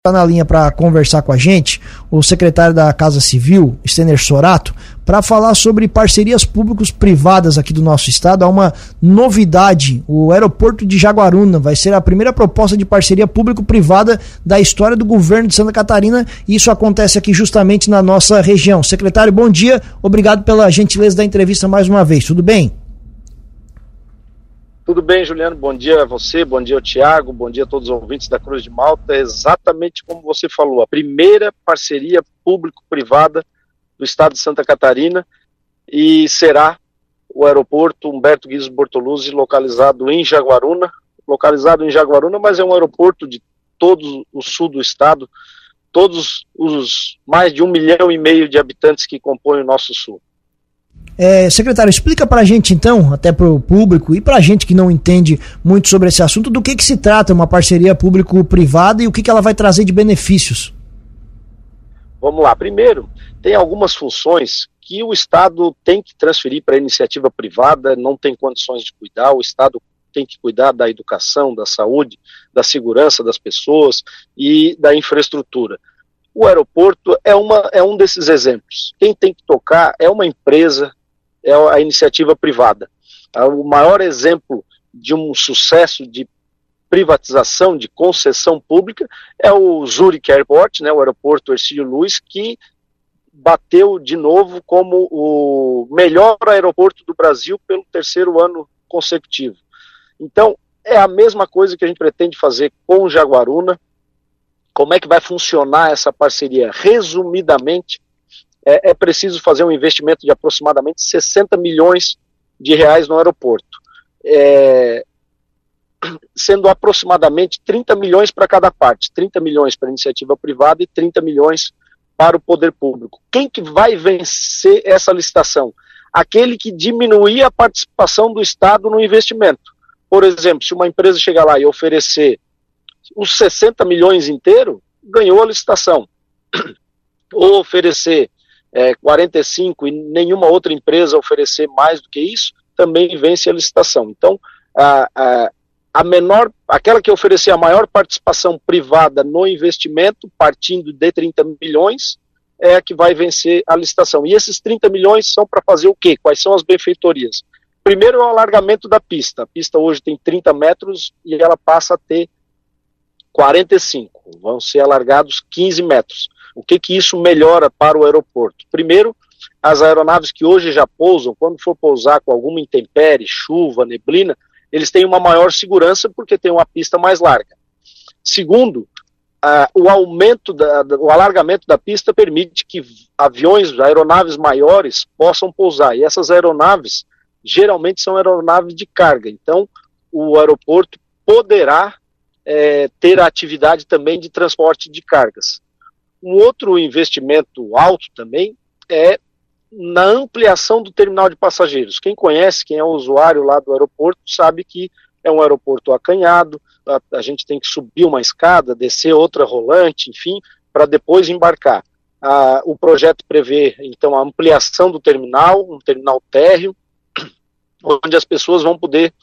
Está na linha para conversar com a gente o secretário da Casa Civil, Stener Sorato, para falar sobre parcerias públicos-privadas aqui do nosso estado. Há uma novidade: o aeroporto de Jaguaruna vai ser a primeira proposta de parceria público-privada da história do governo de Santa Catarina, e isso acontece aqui justamente na nossa região. Secretário, bom dia, obrigado pela gentileza da entrevista mais uma vez, tudo bem? Tudo bem, Juliano, bom dia a você, bom dia ao Tiago, bom dia a todos os ouvintes da Cruz de Malta. É exatamente como você falou, a primeira parceria público-privada do estado de Santa Catarina, e será o aeroporto Humberto Guizos Bortoluzzi, localizado em Jaguaruna, mas é um aeroporto de todo o sul do estado, todos os mais de 1,5 milhão de habitantes que compõem o nosso sul. Secretário, explica pra gente então, até pro público e pra gente que não entende muito sobre esse assunto, do que se trata uma parceria público-privada e o que ela vai trazer de benefícios. Vamos lá, primeiro, tem algumas funções que o Estado tem que transferir para a iniciativa privada, não tem condições de cuidar, o Estado tem que cuidar da educação, da saúde, da segurança das pessoas e da infraestrutura. O aeroporto é um desses exemplos. Quem tem que tocar é uma empresa, é a iniciativa privada. O maior exemplo de um sucesso de privatização, de concessão pública, é o Zurich Airport, né, o aeroporto Hercílio Luz, que bateu de novo como o melhor aeroporto do Brasil pelo 3º ano consecutivo. Então, é a mesma coisa que a gente pretende fazer com Jaguaruna. Como é que vai funcionar essa parceria? Resumidamente, é preciso fazer um investimento de aproximadamente 60 milhões de reais no aeroporto, sendo aproximadamente 30 milhões para cada parte, 30 milhões para a iniciativa privada e 30 milhões para o poder público. Quem que vai vencer essa licitação? Aquele que diminuir a participação do Estado no investimento. Por exemplo, se uma empresa chegar lá e oferecer os 60 milhões inteiro, ganhou a licitação. Ou oferecer 45 e nenhuma outra empresa oferecer mais do que isso, também vence a licitação. Então, aquela que oferecer a maior participação privada no investimento, partindo de 30 milhões, é a que vai vencer a licitação. E esses 30 milhões são para fazer o quê? Quais são as benfeitorias? Primeiro é o alargamento da pista. A pista hoje tem 30 metros e ela passa a ter 45, vão ser alargados 15 metros. O que isso melhora para o aeroporto? Primeiro, as aeronaves que hoje já pousam, quando for pousar com alguma intempérie, chuva, neblina, eles têm uma maior segurança porque tem uma pista mais larga. Segundo, o alargamento da pista permite que aeronaves maiores possam pousar, e essas aeronaves geralmente são aeronaves de carga, então o aeroporto poderá ter a atividade também de transporte de cargas. Um outro investimento alto também é na ampliação do terminal de passageiros. Quem conhece, quem é usuário lá do aeroporto, sabe que é um aeroporto acanhado, a gente tem que subir uma escada, descer outra rolante, enfim, para depois embarcar. O projeto prevê, então, a ampliação do terminal, um terminal térreo, onde as pessoas vão poder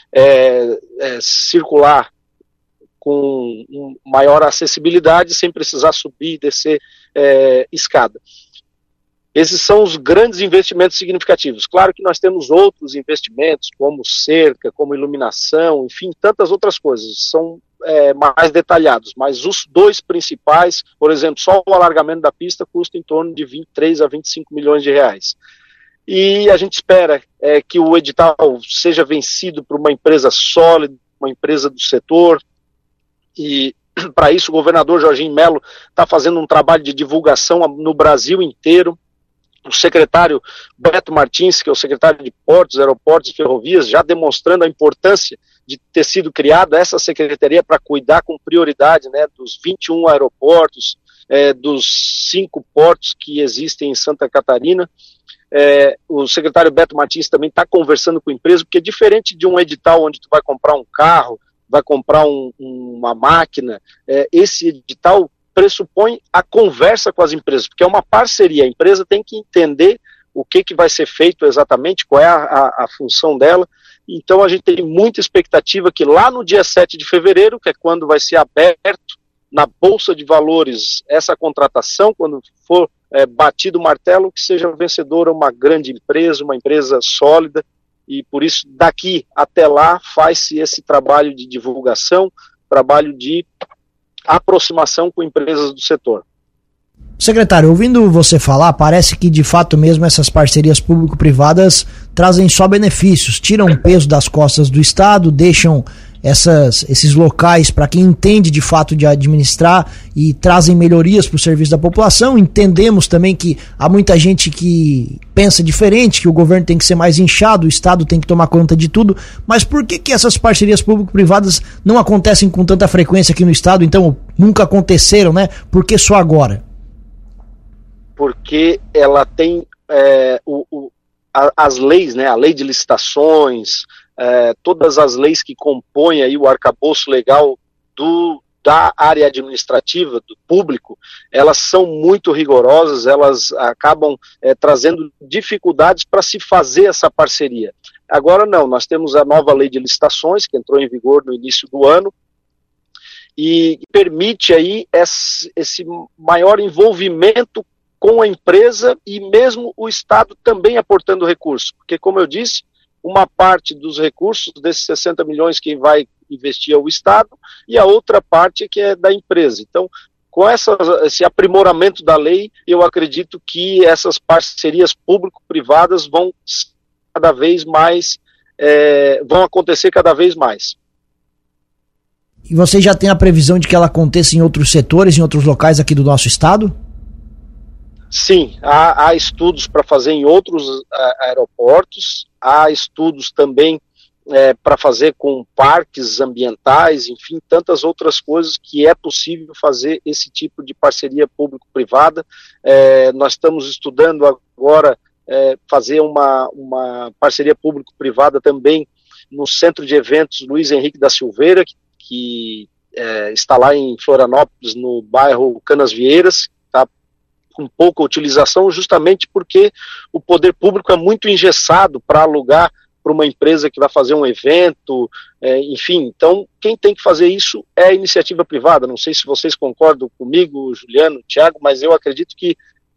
circular com maior acessibilidade, sem precisar subir e descer escada. Esses são os grandes investimentos significativos. Claro que nós temos outros investimentos, como cerca, como iluminação, enfim, tantas outras coisas, são mais detalhados, mas os dois principais, por exemplo, só o alargamento da pista custa em torno de 23 a 25 milhões de reais. E a gente espera que o edital seja vencido por uma empresa sólida, uma empresa do setor, e para isso o governador Jorginho Melo está fazendo um trabalho de divulgação no Brasil inteiro. O secretário Beto Martins, que é o secretário de Portos, Aeroportos e Ferrovias, já demonstrando a importância de ter sido criada essa secretaria para cuidar com prioridade, né, dos 21 aeroportos, dos 5 portos que existem em Santa Catarina. O secretário Beto Martins também está conversando com a empresa, porque diferente de um edital onde tu vai comprar um carro, vai comprar uma máquina, esse edital pressupõe a conversa com as empresas, porque é uma parceria, a empresa tem que entender o que vai ser feito exatamente, qual é a função dela. Então a gente tem muita expectativa que lá no dia 7 de fevereiro, que é quando vai ser aberto na Bolsa de Valores essa contratação, quando for batido o martelo, que seja vencedora uma grande empresa, uma empresa sólida, e por isso daqui até lá faz-se esse trabalho de divulgação, trabalho de aproximação com empresas do setor. Secretário, ouvindo você falar, parece que de fato mesmo essas parcerias público-privadas trazem só benefícios, tiram o peso das costas do Estado, deixam esses locais para quem entende de fato de administrar e trazem melhorias para o serviço da população. Entendemos também que há muita gente que pensa diferente, que o governo tem que ser mais inchado, o Estado tem que tomar conta de tudo, mas por que essas parcerias público-privadas não acontecem com tanta frequência aqui no Estado, então nunca aconteceram, né? Por que só agora? Porque ela tem as leis, né, a lei de licitações, todas as leis que compõem aí o arcabouço legal da área administrativa, do público, elas são muito rigorosas, elas acabam trazendo dificuldades para se fazer essa parceria. Agora não, nós temos a nova lei de licitações, que entrou em vigor no início do ano, e permite aí esse maior envolvimento com a empresa e mesmo o Estado também aportando recursos, porque como eu disse, uma parte dos recursos desses 60 milhões quem vai investir é o Estado e a outra parte que é da empresa. Então, com esse aprimoramento da lei, eu acredito que essas parcerias público-privadas vão cada vez mais, vão acontecer cada vez mais. E você já tem a previsão de que ela aconteça em outros setores, em outros locais aqui do nosso Estado? Sim, há estudos para fazer em outros aeroportos, há estudos também para fazer com parques ambientais, enfim, tantas outras coisas que é possível fazer esse tipo de parceria público-privada. Nós estamos estudando agora fazer uma parceria público-privada também no Centro de Eventos Luiz Henrique da Silveira, que está lá em Florianópolis, no bairro Canasvieiras, com pouca utilização, justamente porque o poder público é muito engessado para alugar para uma empresa que vai fazer um evento, enfim. Então, quem tem que fazer isso é a iniciativa privada. Não sei se vocês concordam comigo, Juliano, Thiago, mas eu acredito que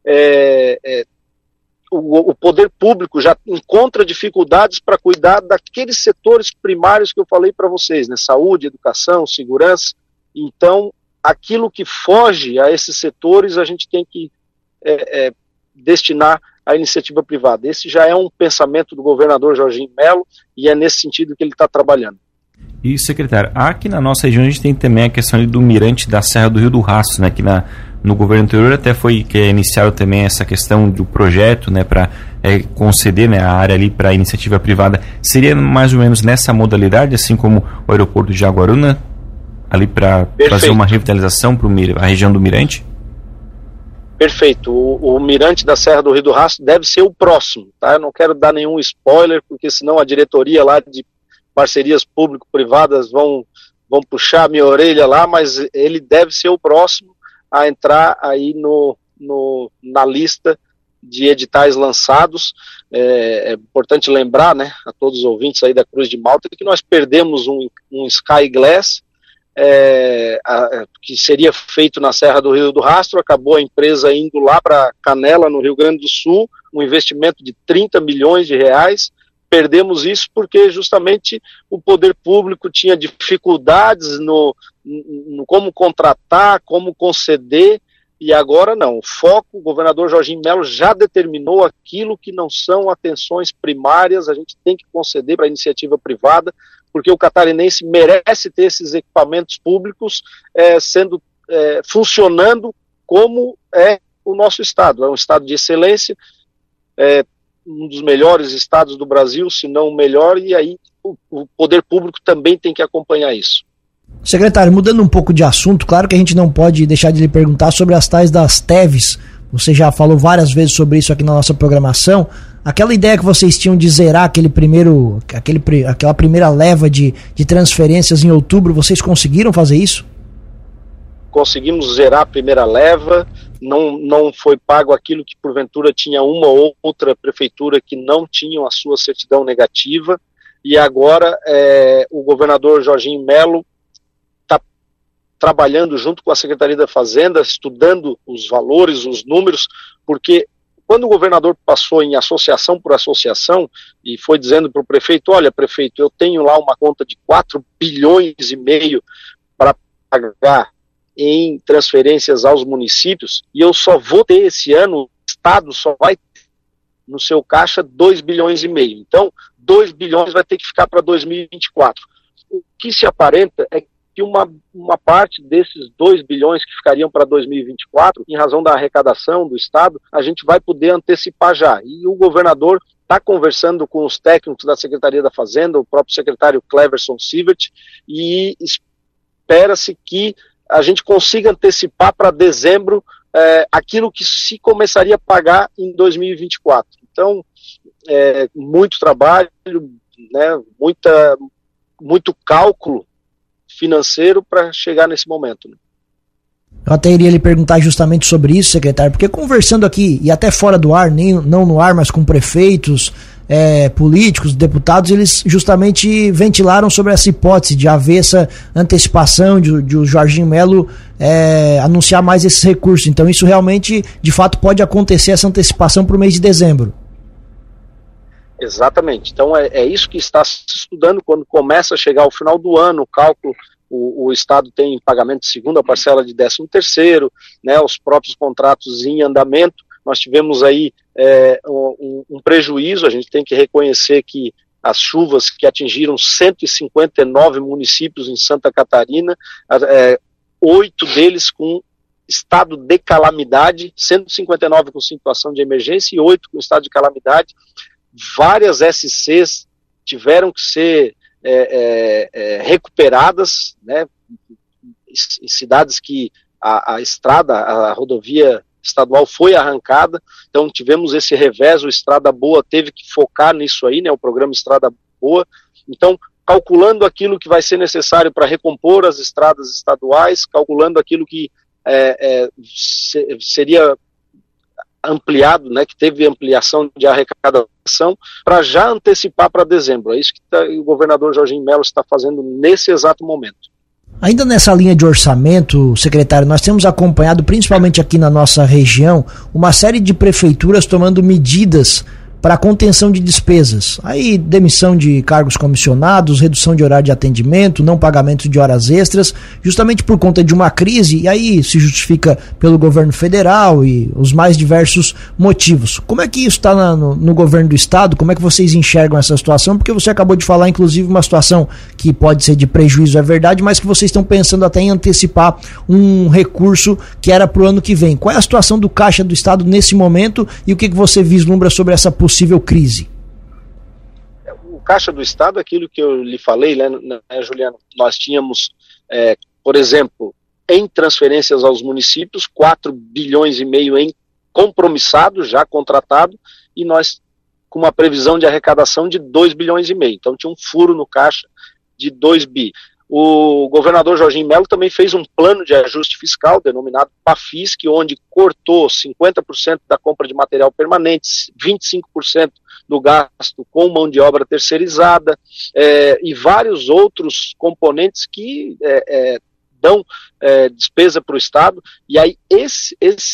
o poder público já encontra dificuldades para cuidar daqueles setores primários que eu falei para vocês, né? Saúde, educação, segurança. Então, aquilo que foge a esses setores, a gente tem que destinar à iniciativa privada. Esse já é um pensamento do governador Jorginho Melo e é nesse sentido que ele está trabalhando. E, secretário, aqui na nossa região a gente tem também a questão do mirante da Serra do Rio do Rastro, né, que no governo anterior até foi que iniciaram também essa questão do projeto, né, para conceder, né, a área ali para a iniciativa privada. Seria mais ou menos nessa modalidade, assim como o aeroporto de Jaguaruna, ali para fazer uma revitalização para a região do mirante? Perfeito. O mirante da Serra do Rio do Rastro deve ser o próximo, tá? Eu não quero dar nenhum spoiler, porque senão a diretoria lá de parcerias público-privadas vão puxar a minha orelha lá, mas ele deve ser o próximo a entrar aí na lista de editais lançados. É importante lembrar, né, a todos os ouvintes aí da Cruz de Malta, que nós perdemos um Sky Glass, que seria feito na Serra do Rio do Rastro. Acabou a empresa indo lá para Canela, no Rio Grande do Sul, um investimento de 30 milhões de reais. Perdemos isso porque justamente o poder público tinha dificuldades no como contratar, como conceder, e agora não. O foco, o governador Jorginho Melo já determinou aquilo que não são atenções primárias, a gente tem que conceder para a iniciativa privada, porque o catarinense merece ter esses equipamentos públicos funcionando como é o nosso estado. É um estado de excelência, um dos melhores estados do Brasil, se não o melhor, e aí o poder público também tem que acompanhar isso. Secretário, mudando um pouco de assunto, claro que a gente não pode deixar de lhe perguntar sobre as tais das TEVs. Você já falou várias vezes sobre isso aqui na nossa programação. Aquela ideia que vocês tinham de zerar aquela primeira leva de transferências em outubro, vocês conseguiram fazer isso? Conseguimos zerar a primeira leva, não foi pago aquilo que porventura tinha uma ou outra prefeitura que não tinham a sua certidão negativa, e agora o governador Jorginho Melo está trabalhando junto com a Secretaria da Fazenda, estudando os valores, os números, porque quando o governador passou em associação por associação e foi dizendo para o prefeito, olha, prefeito, eu tenho lá uma conta de 4,5 bilhões para pagar em transferências aos municípios, e eu só vou ter esse ano, o Estado só vai ter no seu caixa 2,5 bilhões. Então, 2 bilhões vai ter que ficar para 2024. O que se aparenta é que uma parte desses 2 bilhões que ficariam para 2024, em razão da arrecadação do Estado, a gente vai poder antecipar já. E o governador está conversando com os técnicos da Secretaria da Fazenda, o próprio secretário Cleverson Sievert, e espera-se que a gente consiga antecipar para dezembro aquilo que se começaria a pagar em 2024. Então, muito trabalho, né, muito cálculo financeiro para chegar nesse momento. Né? Eu até iria lhe perguntar justamente sobre isso, secretário, porque conversando aqui, e até fora do ar, não no ar, mas com prefeitos, políticos, deputados, eles justamente ventilaram sobre essa hipótese de haver essa antecipação, de o Jorginho Melo anunciar mais esses recursos. Então isso realmente, de fato, pode acontecer, essa antecipação para o mês de dezembro. Exatamente. Então é isso que está se estudando quando começa a chegar ao final do ano, o cálculo, o Estado tem pagamento de segunda parcela de 13º, né, os próprios contratos em andamento. Nós tivemos aí um prejuízo, a gente tem que reconhecer que as chuvas que atingiram 159 municípios em Santa Catarina, 8 deles com estado de calamidade, 159 com situação de emergência e 8 com estado de calamidade. Várias SCs tiveram que ser recuperadas, né, em cidades que a estrada, a rodovia estadual foi arrancada, então tivemos esse revés, o Estrada Boa teve que focar nisso aí, né, o programa Estrada Boa. Então, calculando aquilo que vai ser necessário para recompor as estradas estaduais, calculando aquilo que seria ampliado, né, que teve ampliação de arrecadação, para já antecipar para dezembro. É isso que o governador Jorginho Melo está fazendo nesse exato momento. Ainda nessa linha de orçamento, secretário, nós temos acompanhado, principalmente aqui na nossa região, uma série de prefeituras tomando medidas para contenção de despesas. Aí, demissão de cargos comissionados, redução de horário de atendimento, não pagamento de horas extras, justamente por conta de uma crise, e aí se justifica pelo governo federal e os mais diversos motivos. Como é que isso está no governo do estado? Como é que vocês enxergam essa situação? Porque você acabou de falar, inclusive, uma situação que pode ser de prejuízo, é verdade, mas que vocês estão pensando até em antecipar um recurso que era para o ano que vem. Qual é a situação do caixa do estado nesse momento e o que você vislumbra sobre essa possível crise? O caixa do estado, aquilo que eu lhe falei, né, Juliano, nós tínhamos, por exemplo, em transferências aos municípios, 4,5 bilhões em compromissado, já contratado, e nós com uma previsão de arrecadação de 2,5 bilhões. Então tinha um furo no caixa de 2 bi. O governador Jorginho Melo também fez um plano de ajuste fiscal, denominado PAFISC, onde cortou 50% da compra de material permanente, 25% do gasto com mão de obra terceirizada, e vários outros componentes que dão despesa para o Estado. E aí esse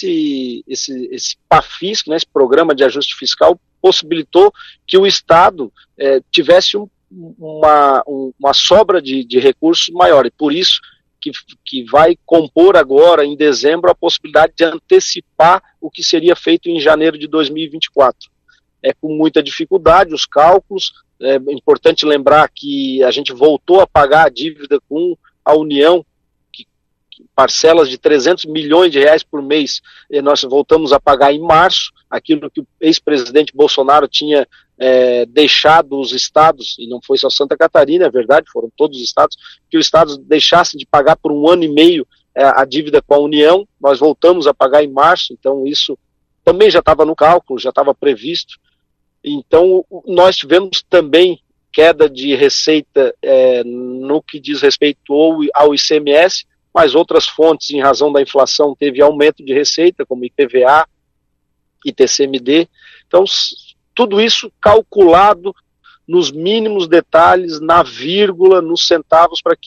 PAFISC, né, esse programa de ajuste fiscal, possibilitou que o Estado tivesse uma sobra de recursos maior, e por isso que vai compor agora, em dezembro, a possibilidade de antecipar o que seria feito em janeiro de 2024. Com muita dificuldade os cálculos. É importante lembrar que a gente voltou a pagar a dívida com a União, parcelas de 300 milhões de reais por mês, e nós voltamos a pagar em março, aquilo que o ex-presidente Bolsonaro tinha deixado os estados, e não foi só Santa Catarina, é verdade, foram todos os estados, que os estados deixassem de pagar por 1 ano e meio a dívida com a União. Nós voltamos a pagar em março, então isso também já estava no cálculo, já estava previsto. Então nós tivemos também queda de receita no que diz respeito ao ICMS, mas outras fontes, em razão da inflação, teve aumento de receita, como IPVA, ITCMD. Então, tudo isso calculado nos mínimos detalhes, na vírgula, nos centavos, para que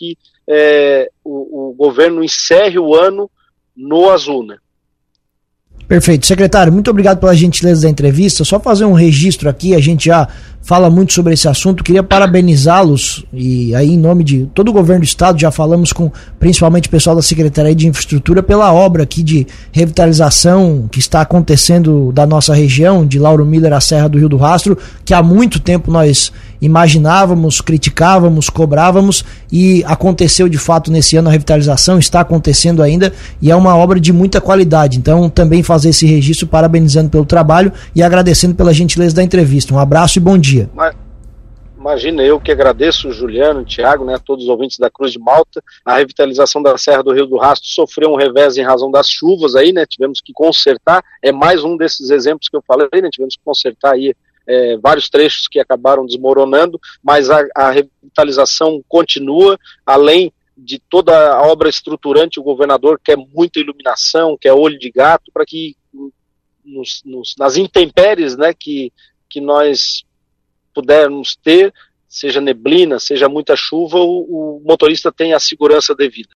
o governo encerre o ano no azul, né? Perfeito. Secretário, muito obrigado pela gentileza da entrevista. Só fazer um registro aqui, a gente já fala muito sobre esse assunto, queria parabenizá-los, e aí em nome de todo o governo do estado, já falamos com principalmente o pessoal da Secretaria de Infraestrutura pela obra aqui de revitalização que está acontecendo da nossa região, de Lauro Miller à Serra do Rio do Rastro, que há muito tempo nós imaginávamos, criticávamos, cobrávamos, e aconteceu de fato nesse ano a revitalização, está acontecendo ainda, e é uma obra de muita qualidade. Então também fazer esse registro parabenizando pelo trabalho e agradecendo pela gentileza da entrevista. Um abraço e bom dia. Imagina, eu que agradeço, Juliano, Tiago, né, todos os ouvintes da Cruz de Malta. A revitalização da Serra do Rio do Rastro sofreu um revés em razão das chuvas aí, né, tivemos que consertar, é mais um desses exemplos que eu falei, né, tivemos que consertar aí vários trechos que acabaram desmoronando, mas a revitalização continua, além de toda a obra estruturante. O governador quer muita iluminação, quer olho de gato, para que nas intempéries, né, que nós pudermos ter, seja neblina, seja muita chuva, o motorista tenha a segurança devida.